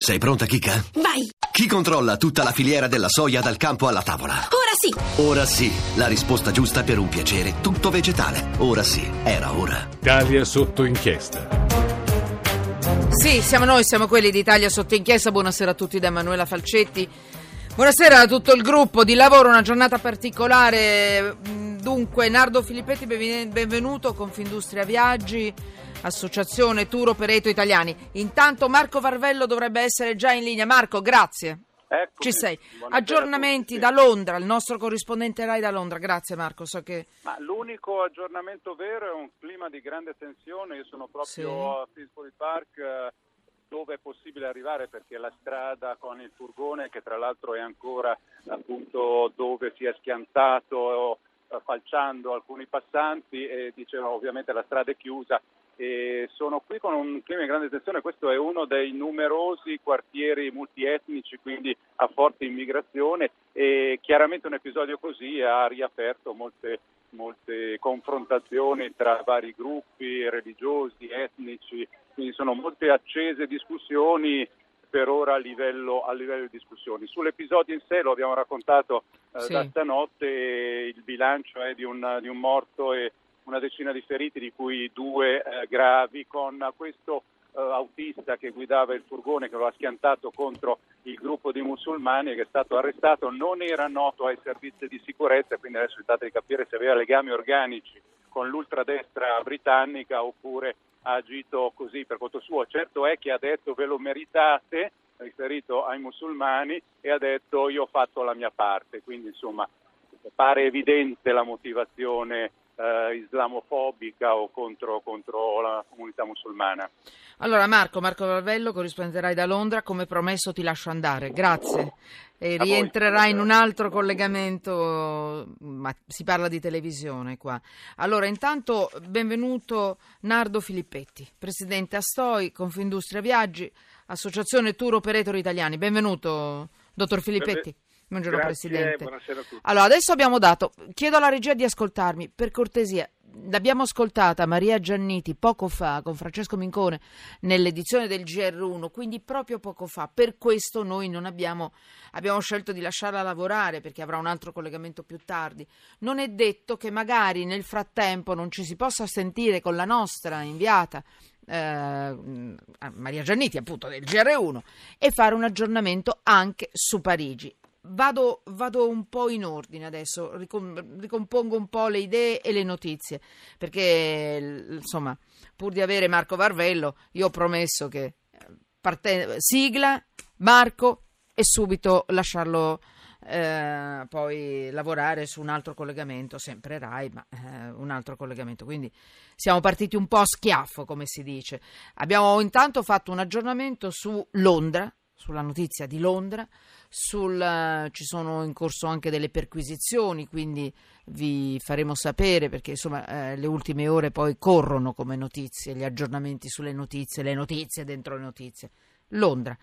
Sei pronta, Kika? Vai! Chi controlla tutta la filiera della soia dal campo alla tavola? Ora sì! Ora sì, la risposta giusta per un piacere tutto vegetale. Ora sì, era ora. Italia sotto inchiesta. Sì, siamo noi, siamo quelli di Italia sotto inchiesta. Buonasera a tutti da Emanuela Falcetti. Buonasera a tutto il gruppo di lavoro, una giornata particolare. Dunque, Nardo Filippetti, benvenuto, Confindustria Viaggi, Associazione Tour Operator Italiani. Intanto Marco Varvello dovrebbe essere già in linea. Marco, grazie. Eccomi. Ci sei. Buonasera Aggiornamenti da Londra, il nostro corrispondente Rai da Londra. Grazie Marco, so che... Ma l'unico aggiornamento vero è un clima di grande tensione. Io sono proprio a Finsbury Park, dove è possibile arrivare, perché la strada con il furgone, che tra l'altro è ancora appunto dove si è schiantato falciando alcuni passanti, e dicevano ovviamente la strada è chiusa. E sono qui con un clima di grande tensione. Questo è uno dei numerosi quartieri multietnici, quindi a forte immigrazione, e chiaramente un episodio così ha riaperto molte confrontazioni tra vari gruppi religiosi, etnici, quindi sono molte accese discussioni per ora a livello di discussioni. Sull'episodio in sé lo abbiamo raccontato da stanotte. Il bilancio è di un morto e una decina di feriti, di cui 2 gravi, con questo autista che guidava il furgone, che lo ha schiantato contro il gruppo di musulmani, che è stato arrestato. Non era noto ai servizi di sicurezza, quindi adesso si tratta di capire se aveva legami organici con l'ultradestra britannica oppure ha agito così per conto suo. Certo è che ha detto ve lo meritate, riferito ai musulmani, e ha detto io ho fatto la mia parte, quindi insomma pare evidente la motivazione islamofobica o contro la comunità musulmana. Allora Marco Varvello, corrispondente Rai da Londra, come promesso ti lascio andare, grazie. E rientrerai in un altro collegamento, ma si parla di televisione qua. Allora intanto benvenuto Nardo Filippetti, presidente Astoi, Confindustria Viaggi, Associazione Tour Operator Italiani. Benvenuto dottor Filippetti. Buongiorno. Grazie, Presidente. Buonasera a tutti. Allora, adesso abbiamo dato, chiedo alla regia di ascoltarmi, per cortesia. L'abbiamo ascoltata Maria Gianniti poco fa con Francesco Mincone nell'edizione del GR1, quindi proprio poco fa. Per questo noi non abbiamo scelto di lasciarla lavorare, perché avrà un altro collegamento più tardi. Non è detto che magari nel frattempo non ci si possa sentire con la nostra inviata Maria Gianniti, appunto del GR1, e fare un aggiornamento anche su Parigi. Vado un po' in ordine adesso, ricompongo un po' le idee e le notizie, perché insomma, pur di avere Marco Varvello, io ho promesso che sigla, Marco, e subito lasciarlo poi lavorare su un altro collegamento, sempre Rai, ma un altro collegamento, quindi siamo partiti un po' a schiaffo, come si dice. Abbiamo intanto fatto un aggiornamento su Londra, sulla notizia di Londra, ci sono in corso anche delle perquisizioni, quindi vi faremo sapere, perché insomma le ultime ore poi corrono come notizie, gli aggiornamenti sulle notizie, le notizie dentro le notizie. Londra,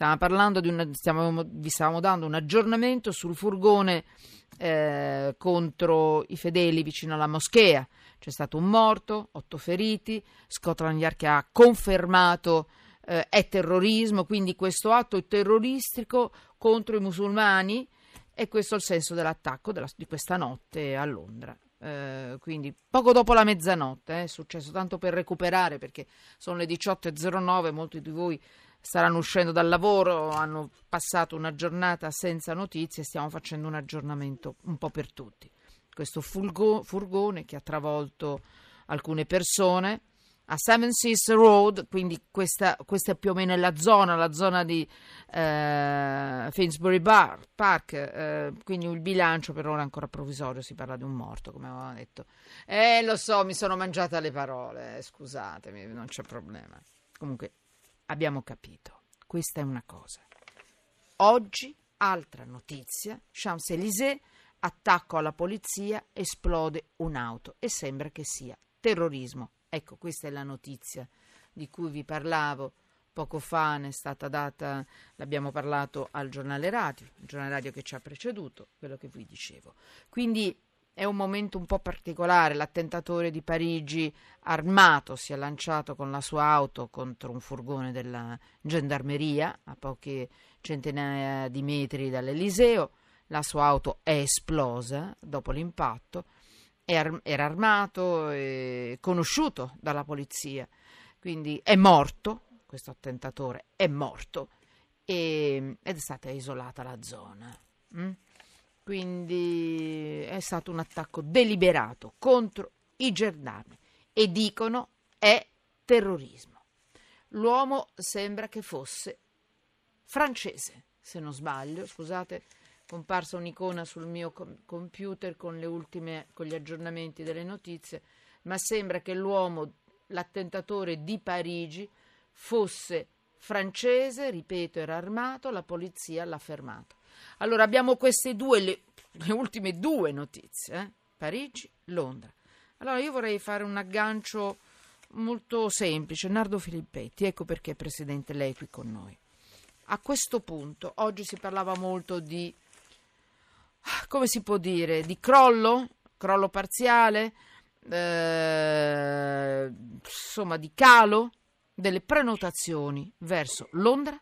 vi stavamo dando un aggiornamento sul furgone contro i fedeli vicino alla moschea. C'è stato un morto, 8 feriti, Scotland Yard che ha confermato è terrorismo, quindi questo atto è terroristico contro i musulmani, e questo è il senso dell'attacco di questa notte a Londra. Quindi poco dopo la mezzanotte è successo, tanto per recuperare, perché sono le 18:09, molti di voi staranno uscendo dal lavoro, hanno passato una giornata senza notizie, stiamo facendo un aggiornamento un po' per tutti. Questo furgone che ha travolto alcune persone a Seven Seas Road, quindi questa è più o meno la zona di Finsbury Park, quindi il bilancio per ora è ancora provvisorio, si parla di un morto, come avevamo detto. Lo so, mi sono mangiata le parole, scusatemi, non c'è problema. Comunque abbiamo capito, questa è una cosa. Oggi, altra notizia, Champs-Élysées, attacco alla polizia, esplode un'auto e sembra che sia terrorismo. Ecco, questa è la notizia di cui vi parlavo poco fa, ne è stata data, l'abbiamo parlato al giornale radio, il giornale radio che ci ha preceduto, quello che vi dicevo. Quindi è un momento un po' particolare. L'attentatore di Parigi armato si è lanciato con la sua auto contro un furgone della gendarmeria a poche centinaia di metri dall'Eliseo. La sua auto è esplosa dopo l'impatto. Era armato e conosciuto dalla polizia, quindi è morto, questo attentatore è morto, ed è stata isolata la zona. Quindi è stato un attacco deliberato contro i gendarmi e dicono è terrorismo. L'uomo sembra che fosse francese, se non sbaglio, scusate, comparsa un'icona sul mio computer con gli aggiornamenti delle notizie, ma sembra che l'attentatore di Parigi fosse francese, ripeto, era armato, la polizia l'ha fermato. Allora abbiamo queste le ultime due notizie, Parigi, Londra. Allora io vorrei fare un aggancio molto semplice. Nardo Filippetti, ecco perché Presidente lei è qui con noi. A questo punto, oggi si parlava molto di, come si può dire, di crollo parziale, insomma di calo delle prenotazioni verso Londra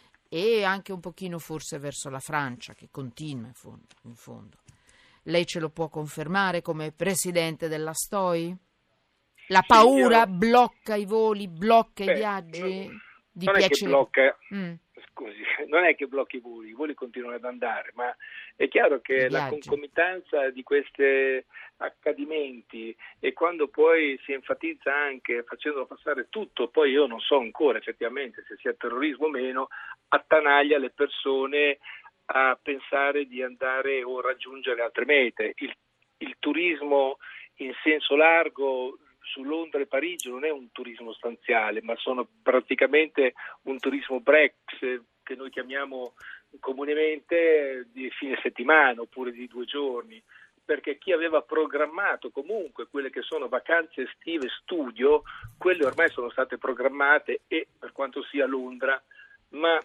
e anche un pochino forse verso la Francia, che continua in fondo. Lei ce lo può confermare come presidente della STOI? La paura blocca i voli, blocca i viaggi di non piacere? È che blocca, scusi, non è che blocchi i voli continuano ad andare, ma è chiaro che la concomitanza di questi accadimenti e quando poi si enfatizza anche facendolo passare tutto, poi io non so ancora effettivamente se sia terrorismo o meno, attanaglia le persone a pensare di andare o raggiungere altre mete. Il turismo in senso largo su Londra e Parigi non è un turismo stanziale, ma sono praticamente un turismo break che noi chiamiamo comunemente di fine settimana oppure di 2 giorni, perché chi aveva programmato comunque quelle che sono vacanze estive studio, quelle ormai sono state programmate e per quanto sia Londra, ma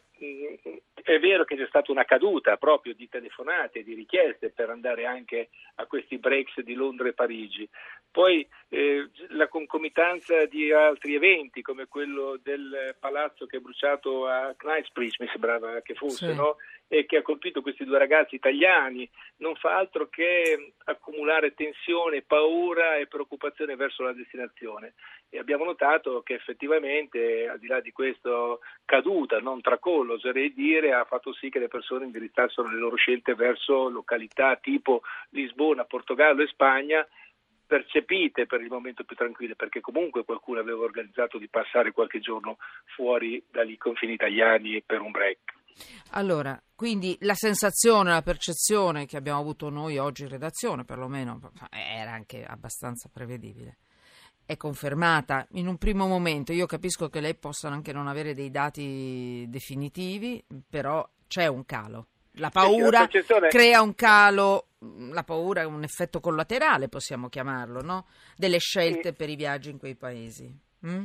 è vero che c'è stata una caduta proprio di telefonate e di richieste per andare anche a questi breaks di Londra e Parigi. Poi la concomitanza di altri eventi come quello del palazzo che è bruciato a Knightsbridge, mi sembrava che fosse, sì, no? E che ha colpito questi 2 ragazzi italiani, non fa altro che accumulare tensione, paura e preoccupazione verso la destinazione. E abbiamo notato che effettivamente, al di là di questa caduta, non tracollo, oserei dire, ha fatto sì che le persone indirizzassero le loro scelte verso località tipo Lisbona, Portogallo e Spagna, percepite per il momento più tranquille, perché comunque qualcuno aveva organizzato di passare qualche giorno fuori dai confini italiani per un break. Allora, quindi la sensazione, la percezione che abbiamo avuto noi oggi in redazione, perlomeno, era anche abbastanza prevedibile. È confermata in un primo momento. Io capisco che lei possa anche non avere dei dati definitivi, però c'è un calo. La paura crea un calo, la paura è un effetto collaterale, possiamo chiamarlo, no? Delle scelte per i viaggi in quei paesi.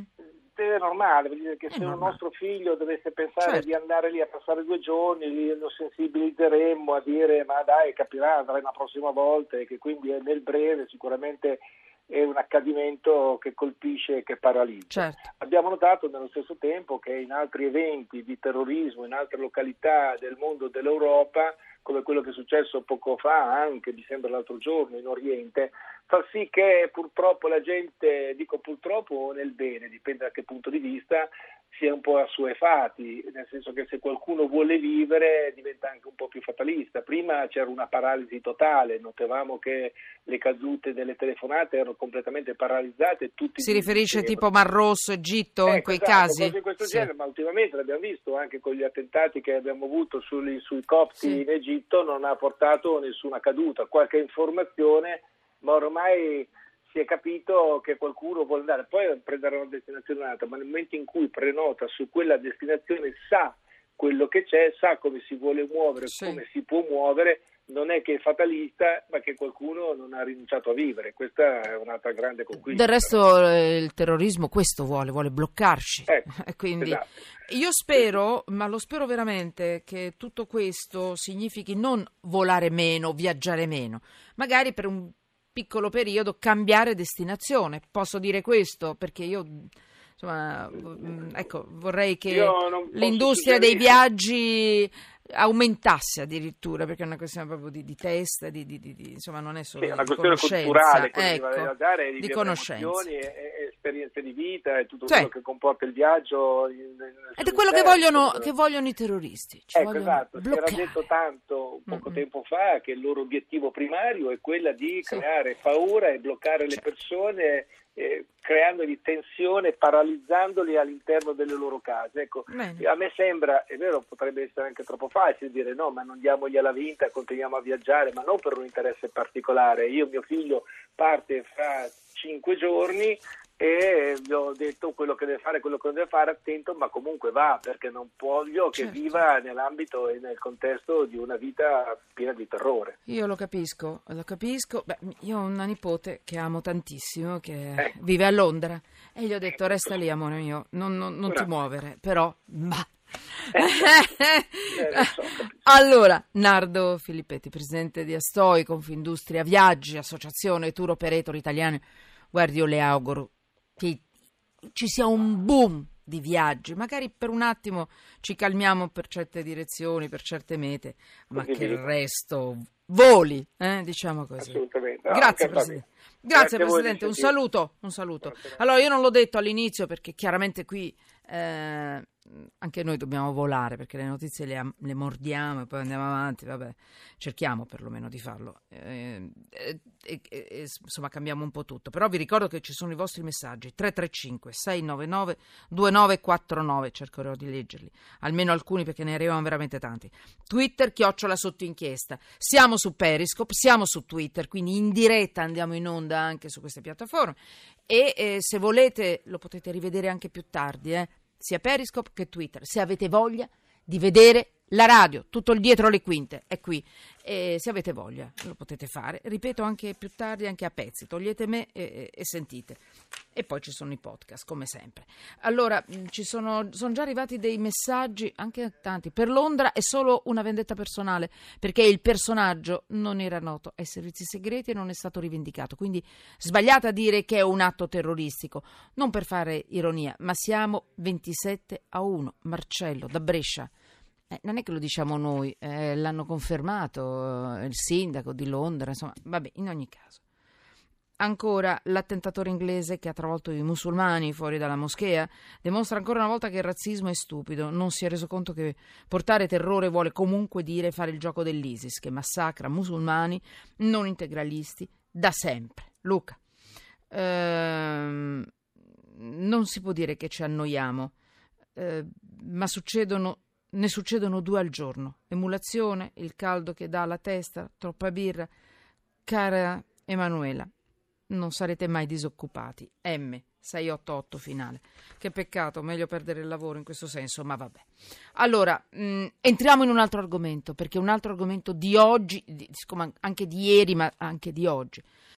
È normale, vuol dire che se un nostro figlio dovesse pensare di andare lì a passare 2 giorni, lo sensibilizzeremmo a dire ma dai, capirà, andrai una prossima volta, e che quindi nel breve sicuramente è un accadimento che colpisce e che paralizza. Certo. Abbiamo notato nello stesso tempo che in altri eventi di terrorismo, in altre località del mondo dell'Europa, come quello che è successo poco fa, anche mi sembra l'altro giorno in Oriente, fa sì che purtroppo la gente, dico purtroppo nel bene, dipende da che punto di vista, sia un po' assuefati, nel senso che se qualcuno vuole vivere diventa anche un po' più fatalista. Prima c'era una paralisi totale, notavamo che le cadute delle telefonate erano completamente paralizzate. Si riferisce tipo Mar Rosso, Egitto, in quei casi? Cose di questo genere, ma ultimamente l'abbiamo visto anche con gli attentati che abbiamo avuto sui copti in Egitto, non ha portato nessuna caduta, qualche informazione, ma ormai si è capito che qualcuno vuole andare, poi prendere una destinazione un'altra, ma nel momento in cui prenota su quella destinazione sa quello che c'è, sa come si vuole muovere, come si può muovere, non è che è fatalista, ma che qualcuno non ha rinunciato a vivere. Questa è un'altra grande conquista. Del resto il terrorismo questo vuole bloccarci. Quindi io spero, ma lo spero veramente, che tutto questo significhi non volare meno, viaggiare meno, magari per un piccolo periodo cambiare destinazione. Posso dire questo perché io, insomma, ecco, vorrei che l'industria dei viaggi aumentasse addirittura, perché è una questione proprio di testa, insomma, non è solo una di questione culturale, ecco, di conoscenze e esperienze di vita e tutto sì, quello che comporta il viaggio ed è quello che vogliono i terroristi. Esatto, si era detto tanto poco tempo fa che il loro obiettivo primario è quella di creare paura e bloccare le persone, creandogli tensione, paralizzandoli all'interno delle loro case. Ecco, a me sembra, è vero, potrebbe essere anche troppo facile dire no, ma non diamogliela vinta, continuiamo a viaggiare, ma non per un interesse particolare. Mio figlio parte fra 5 giorni e gli ho detto quello che deve fare, attento, ma comunque va, perché non voglio che viva nell'ambito e nel contesto di una vita piena di terrore. Io lo capisco. Beh, io ho una nipote che amo tantissimo, che vive a Londra, e gli ho detto resta lì, amore mio, non ti muovere, però allora, Nardo Filippetti, presidente di Astoi, Confindustria Viaggi, associazione tour operator italiani, guardi, io le auguro che ci sia un boom di viaggi, magari per un attimo ci calmiamo per certe direzioni, per certe mete, ma che il resto voli, diciamo così. Assolutamente. Grazie Presidente. Grazie Presidente, un saluto. Allora, io non l'ho detto all'inizio perché chiaramente qui anche noi dobbiamo volare, perché le notizie le mordiamo e poi andiamo avanti, vabbè, cerchiamo perlomeno di farlo, insomma cambiamo un po' tutto, però vi ricordo che ci sono i vostri messaggi 335 699 2949, cercherò di leggerli, almeno alcuni perché ne arrivano veramente tanti. Twitter @sottoinchiesta, siamo su Periscope, siamo su Twitter, quindi in diretta andiamo in onda anche su queste piattaforme e se volete lo potete rivedere anche più tardi, sia Periscope che Twitter, se avete voglia di vedere la radio, tutto il dietro le quinte è qui, e se avete voglia lo potete fare, ripeto, anche più tardi, anche a pezzi, togliete me e sentite, e poi ci sono i podcast come sempre. Allora, sono già arrivati dei messaggi, anche tanti. Per Londra è solo una vendetta personale, perché il personaggio non era noto ai servizi segreti e non è stato rivendicato, quindi sbagliato a dire che è un atto terroristico, non per fare ironia, ma siamo 27-1, Marcello da Brescia. Non è che lo diciamo noi, l'hanno confermato il sindaco di Londra, insomma, vabbè, in ogni caso. Ancora, l'attentatore inglese che ha travolto i musulmani fuori dalla moschea dimostra ancora una volta che il razzismo è stupido, non si è reso conto che portare terrore vuole comunque dire fare il gioco dell'ISIS, che massacra musulmani non integralisti da sempre. Luca, non si può dire che ci annoiamo, ma ne succedono 2 al giorno. Emulazione, il caldo che dà alla testa, troppa birra. Cara Emanuela, non sarete mai disoccupati. M688 finale. Che peccato, meglio perdere il lavoro in questo senso, ma vabbè. Allora, entriamo in un altro argomento, perché un altro argomento di oggi, anche di ieri, ma anche di oggi.